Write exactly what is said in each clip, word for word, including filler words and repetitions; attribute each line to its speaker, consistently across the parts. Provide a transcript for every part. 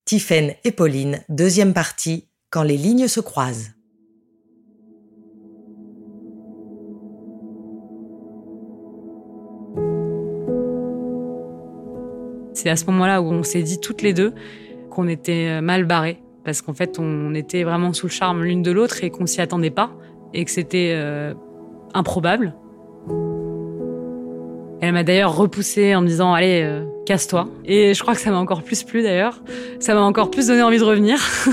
Speaker 1: Tiphaine et Pauline, deuxième partie, quand les lignes se croisent.
Speaker 2: C'est à ce moment-là où on s'est dit toutes les deux qu'on était mal barrées, parce qu'en fait, on était vraiment sous le charme l'une de l'autre et qu'on s'y attendait pas, et que c'était euh, improbable. Elle m'a d'ailleurs repoussée en me disant « Allez, euh, casse-toi ». Et je crois que ça m'a encore plus plu d'ailleurs. Ça m'a encore plus donné envie de revenir.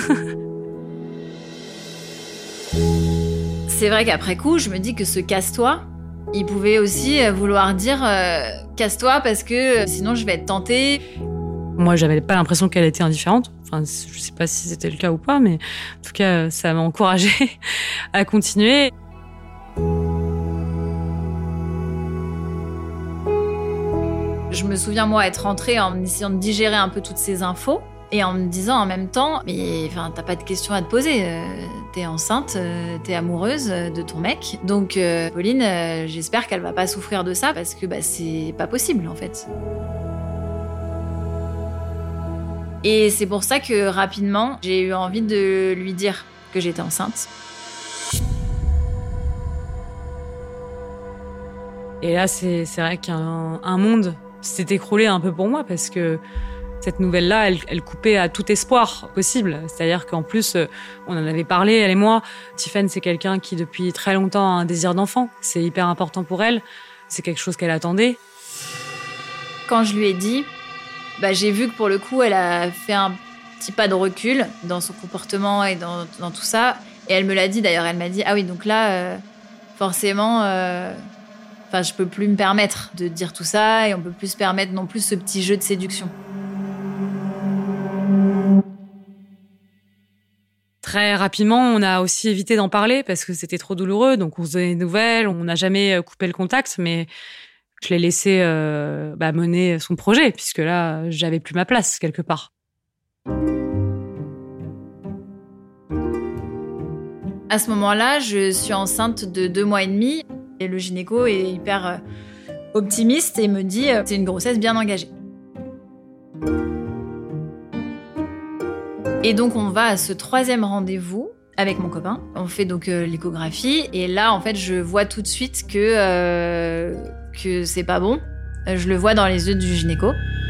Speaker 3: C'est vrai qu'après coup, je me dis que ce « casse-toi », il pouvait aussi vouloir dire euh, « casse-toi parce que euh, sinon je vais être tentée ».
Speaker 2: Moi, j'avais pas l'impression qu'elle était indifférente. Enfin, je sais pas si c'était le cas ou pas, mais en tout cas, ça m'a encouragée à continuer.
Speaker 3: Je me souviens, moi, être rentrée en essayant de digérer un peu toutes ces infos et en me disant en même temps, mais enfin, t'as pas de questions à te poser. Euh, t'es enceinte, euh, t'es amoureuse de ton mec. Donc, euh, Pauline, euh, j'espère qu'elle va pas souffrir de ça parce que bah, c'est pas possible, en fait. Et c'est pour ça que, rapidement, j'ai eu envie de lui dire que j'étais enceinte.
Speaker 2: Et là, c'est, c'est vrai qu'un un monde s'est écroulé un peu pour moi parce que cette nouvelle-là, elle, elle coupait à tout espoir possible. C'est-à-dire qu'en plus, on en avait parlé, elle et moi. Tiphaine, c'est quelqu'un qui, depuis très longtemps, a un désir d'enfant. C'est hyper important pour elle. C'est quelque chose qu'elle attendait.
Speaker 3: Quand je lui ai dit, bah, j'ai vu que pour le coup, elle a fait un petit pas de recul dans son comportement et dans, dans tout ça. Et elle me l'a dit d'ailleurs. Elle m'a dit, ah oui, donc là, euh, forcément... Euh, Enfin, je peux plus me permettre de dire tout ça et on peut plus se permettre non plus ce petit jeu de séduction.
Speaker 2: Très rapidement, on a aussi évité d'en parler parce que c'était trop douloureux. Donc, on se donnait des nouvelles, on n'a jamais coupé le contact, mais je l'ai laissé euh, bah, mener son projet puisque là, j'avais plus ma place quelque part.
Speaker 3: À ce moment-là, je suis enceinte de deux mois et demi. Et le gynéco est hyper euh, optimiste et me dit euh, c'est une grossesse bien engagée. Et donc on va à ce troisième rendez-vous avec mon copain. On fait donc euh, l'échographie et là en fait je vois tout de suite que euh, que c'est pas bon. Je le vois dans les yeux du gynéco.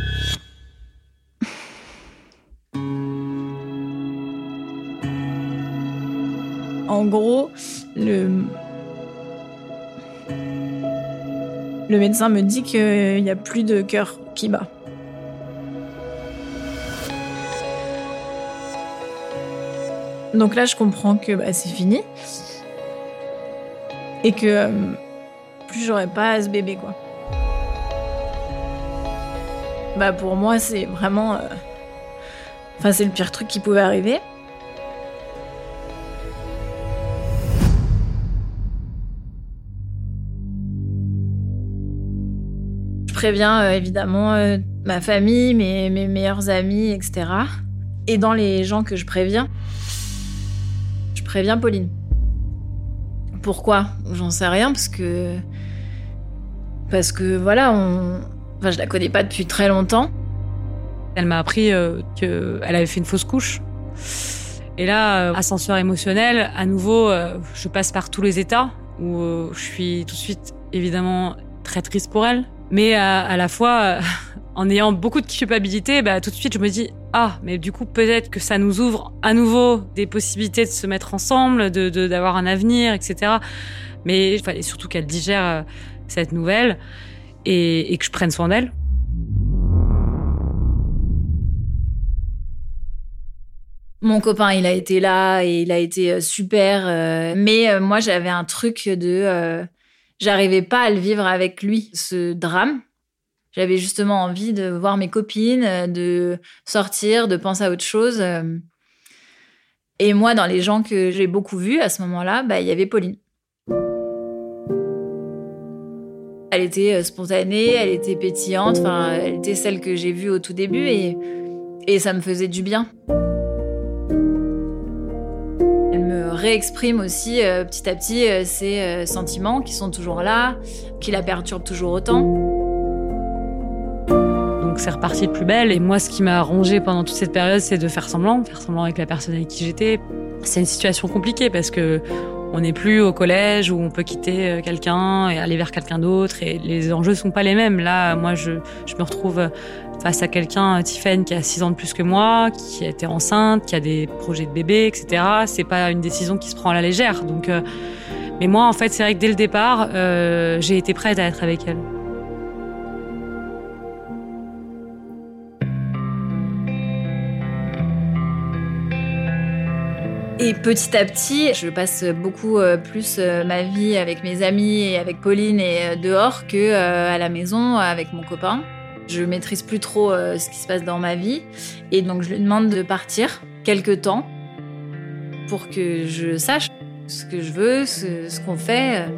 Speaker 3: En gros, le Le médecin me dit qu'il n'y a plus de cœur qui bat. Donc là, je comprends que bah, c'est fini. Et que euh, plus j'aurai pas ce bébé, quoi. Bah, pour moi, c'est vraiment... Euh... Enfin, c'est le pire truc qui pouvait arriver. Je préviens euh, évidemment euh, ma famille, mes, mes meilleurs amis, et cetera. Et dans les gens que je préviens, je préviens Pauline. Pourquoi ? J'en sais rien parce que parce que voilà, on... enfin je la connais pas depuis très longtemps.
Speaker 2: Elle m'a appris euh, qu'elle avait fait une fausse couche. Et là, euh, ascenseur émotionnel, à nouveau, euh, je passe par tous les états où euh, je suis tout de suite évidemment très triste pour elle. Mais à, à la fois, euh, en ayant beaucoup de culpabilité, bah, tout de suite, je me dis « Ah, mais du coup, peut-être que ça nous ouvre à nouveau des possibilités de se mettre ensemble, de, de, d'avoir un avenir, et cetera » Mais il fallait surtout qu'elle digère euh, cette nouvelle et, et que je prenne soin d'elle.
Speaker 3: Mon copain, il a été là et il a été super. Euh, mais euh, moi, j'avais un truc de... Euh, J'arrivais pas à le vivre avec lui, ce drame. J'avais justement envie de voir mes copines, de sortir, de penser à autre chose. Et moi, dans les gens que j'ai beaucoup vus à ce moment-là, bah, il y avait Pauline. Elle était spontanée, elle était pétillante, enfin, elle était celle que j'ai vue au tout début et, et ça me faisait du bien. Réexprime aussi euh, petit à petit euh, ses euh, sentiments qui sont toujours là, qui la perturbent toujours autant.
Speaker 2: Donc Donc c'est reparti de plus belle. Et moi, ce qui m'a arrangé pendant toute cette période, c'est de faire semblant, faire semblant avec la personne avec qui j'étais. C'est une situation compliquée parce que on n'est plus au collège où on peut quitter quelqu'un et aller vers quelqu'un d'autre. Et les enjeux sont pas les mêmes. Là, moi, je, je me retrouve face à quelqu'un, Tiffen, qui a six ans de plus que moi, qui a été enceinte, qui a des projets de bébé, et cetera. C'est pas une décision qui se prend à la légère. Donc, euh, mais moi, en fait, c'est vrai que dès le départ, euh, j'ai été prête à être avec elle.
Speaker 3: Et petit à petit, je passe beaucoup plus ma vie avec mes amis et avec Pauline et dehors que à la maison avec mon copain. Je maîtrise plus trop ce qui se passe dans ma vie et donc je lui demande de partir quelque temps pour que je sache ce que je veux, ce, ce qu'on fait.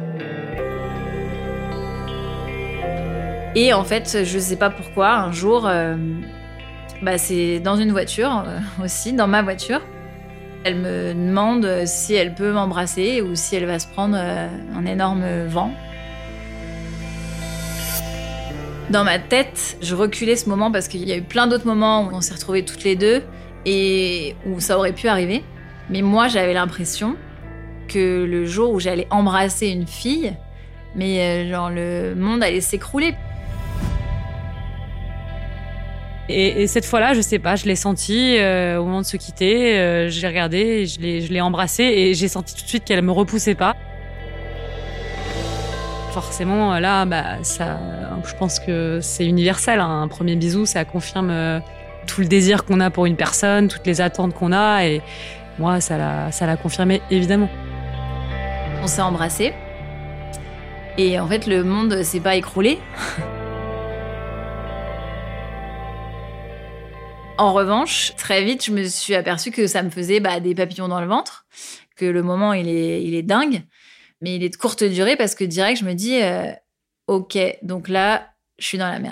Speaker 3: Et en fait, je sais pas pourquoi, un jour, euh, bah c'est dans une voiture euh, aussi, dans ma voiture. Elle me demande si elle peut m'embrasser ou si elle va se prendre un énorme vent. Dans ma tête, je reculais ce moment parce qu'il y a eu plein d'autres moments où on s'est retrouvés toutes les deux et où ça aurait pu arriver. Mais moi, j'avais l'impression que le jour où j'allais embrasser une fille, mais genre le monde allait s'écrouler.
Speaker 2: Et, et cette fois-là, je sais pas, je l'ai senti euh, au moment de se quitter. Euh, je l'ai regardée, je l'ai, je l'ai embrassée et j'ai senti tout de suite qu'elle me repoussait pas. Forcément, là, bah, ça, je pense que c'est universel. Hein. Un premier bisou, ça confirme euh, tout le désir qu'on a pour une personne, toutes les attentes qu'on a. Et moi, ça l'a, ça l'a confirmé, évidemment.
Speaker 3: On s'est embrassés. Et en fait, le monde s'est pas écroulé. En revanche, très vite, je me suis aperçue que ça me faisait bah, des papillons dans le ventre, que le moment, il est, il est dingue, mais il est de courte durée parce que direct, je me dis euh, « Ok, donc là, je suis dans la merde. »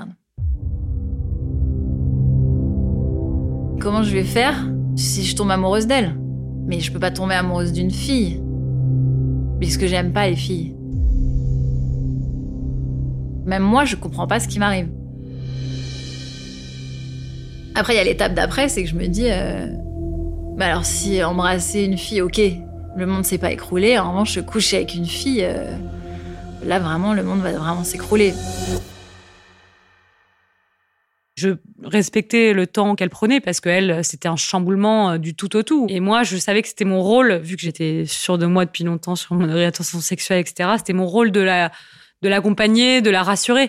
Speaker 3: Comment je vais faire si je tombe amoureuse d'elle ? Mais je peux pas tomber amoureuse d'une fille, puisque j'aime pas les filles. Même moi, je comprends pas ce qui m'arrive. Après, il y a l'étape d'après, c'est que je me dis, euh, bah alors si embrasser une fille, ok, le monde s'est pas écroulé. En revanche, coucher avec une fille, euh, là vraiment, le monde va vraiment s'écrouler.
Speaker 2: Je respectais le temps qu'elle prenait parce qu'elle, c'était un chamboulement du tout au tout. Et moi, je savais que c'était mon rôle, vu que j'étais sûre de moi depuis longtemps sur mon orientation sexuelle, et cetera. C'était mon rôle de la, de l'accompagner, de la rassurer.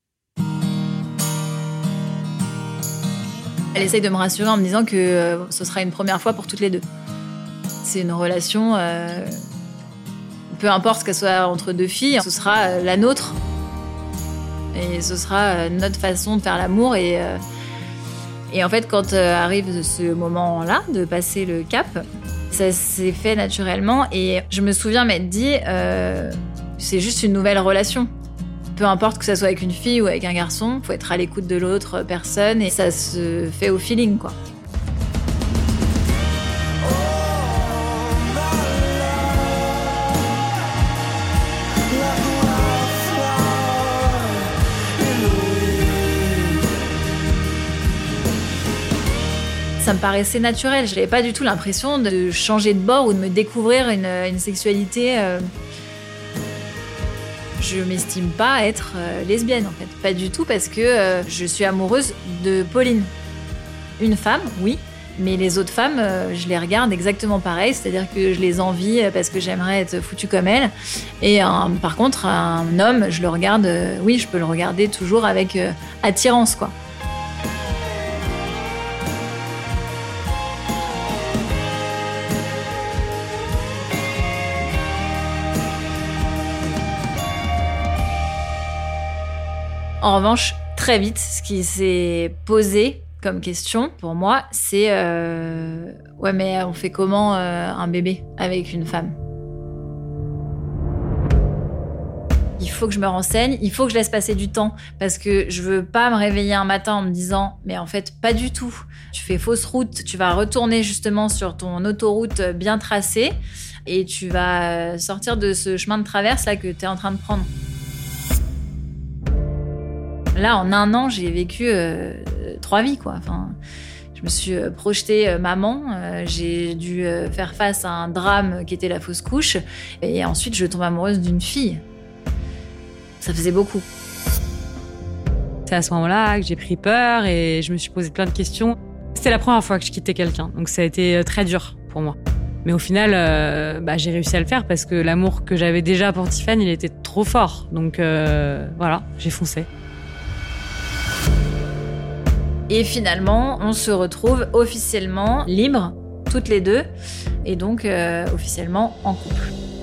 Speaker 3: Elle essaye de me rassurer en me disant que euh, ce sera une première fois pour toutes les deux. C'est une relation, euh, peu importe qu'elle soit entre deux filles, ce sera euh, la nôtre. Et ce sera euh, notre façon de faire l'amour. Et, euh, et en fait, quand euh, arrive ce moment-là, de passer le cap, ça s'est fait naturellement. Et je me souviens m'être dit, euh, c'est juste une nouvelle relation. Peu importe que ça soit avec une fille ou avec un garçon, faut être à l'écoute de l'autre personne et ça se fait au feeling, quoi. Ça me paraissait naturel. Je n'avais pas du tout l'impression de changer de bord ou de me découvrir une, une sexualité. Euh... Je m'estime pas être euh, lesbienne, en fait. Pas du tout, parce que euh, je suis amoureuse de Pauline. Une femme, oui, mais les autres femmes, euh, je les regarde exactement pareil, c'est-à-dire que je les envie parce que j'aimerais être foutue comme elle. Et euh, par contre, un homme, je le regarde, euh, oui, je peux le regarder toujours avec euh, attirance, quoi. En revanche, très vite, ce qui s'est posé comme question pour moi, c'est euh, ouais, mais on fait comment euh, un bébé avec une femme ? Il faut que je me renseigne, il faut que je laisse passer du temps parce que je veux pas me réveiller un matin en me disant mais en fait pas du tout. Tu fais fausse route, tu vas retourner justement sur ton autoroute bien tracée et tu vas sortir de ce chemin de traverse là que tu es en train de prendre. Là, en un an, j'ai vécu euh, trois vies, quoi. Enfin, je me suis projetée euh, maman. Euh, j'ai dû euh, faire face à un drame qui était la fausse couche. Et ensuite, je tombe amoureuse d'une fille. Ça faisait beaucoup.
Speaker 2: C'est à ce moment-là que j'ai pris peur et je me suis posé plein de questions. C'était la première fois que je quittais quelqu'un, donc ça a été très dur pour moi. Mais au final, euh, bah, j'ai réussi à le faire parce que l'amour que j'avais déjà pour Tiffany, il était trop fort. Donc euh, voilà, j'ai foncé.
Speaker 3: Et finalement, on se retrouve officiellement libres, toutes les deux, et donc euh, officiellement en couple.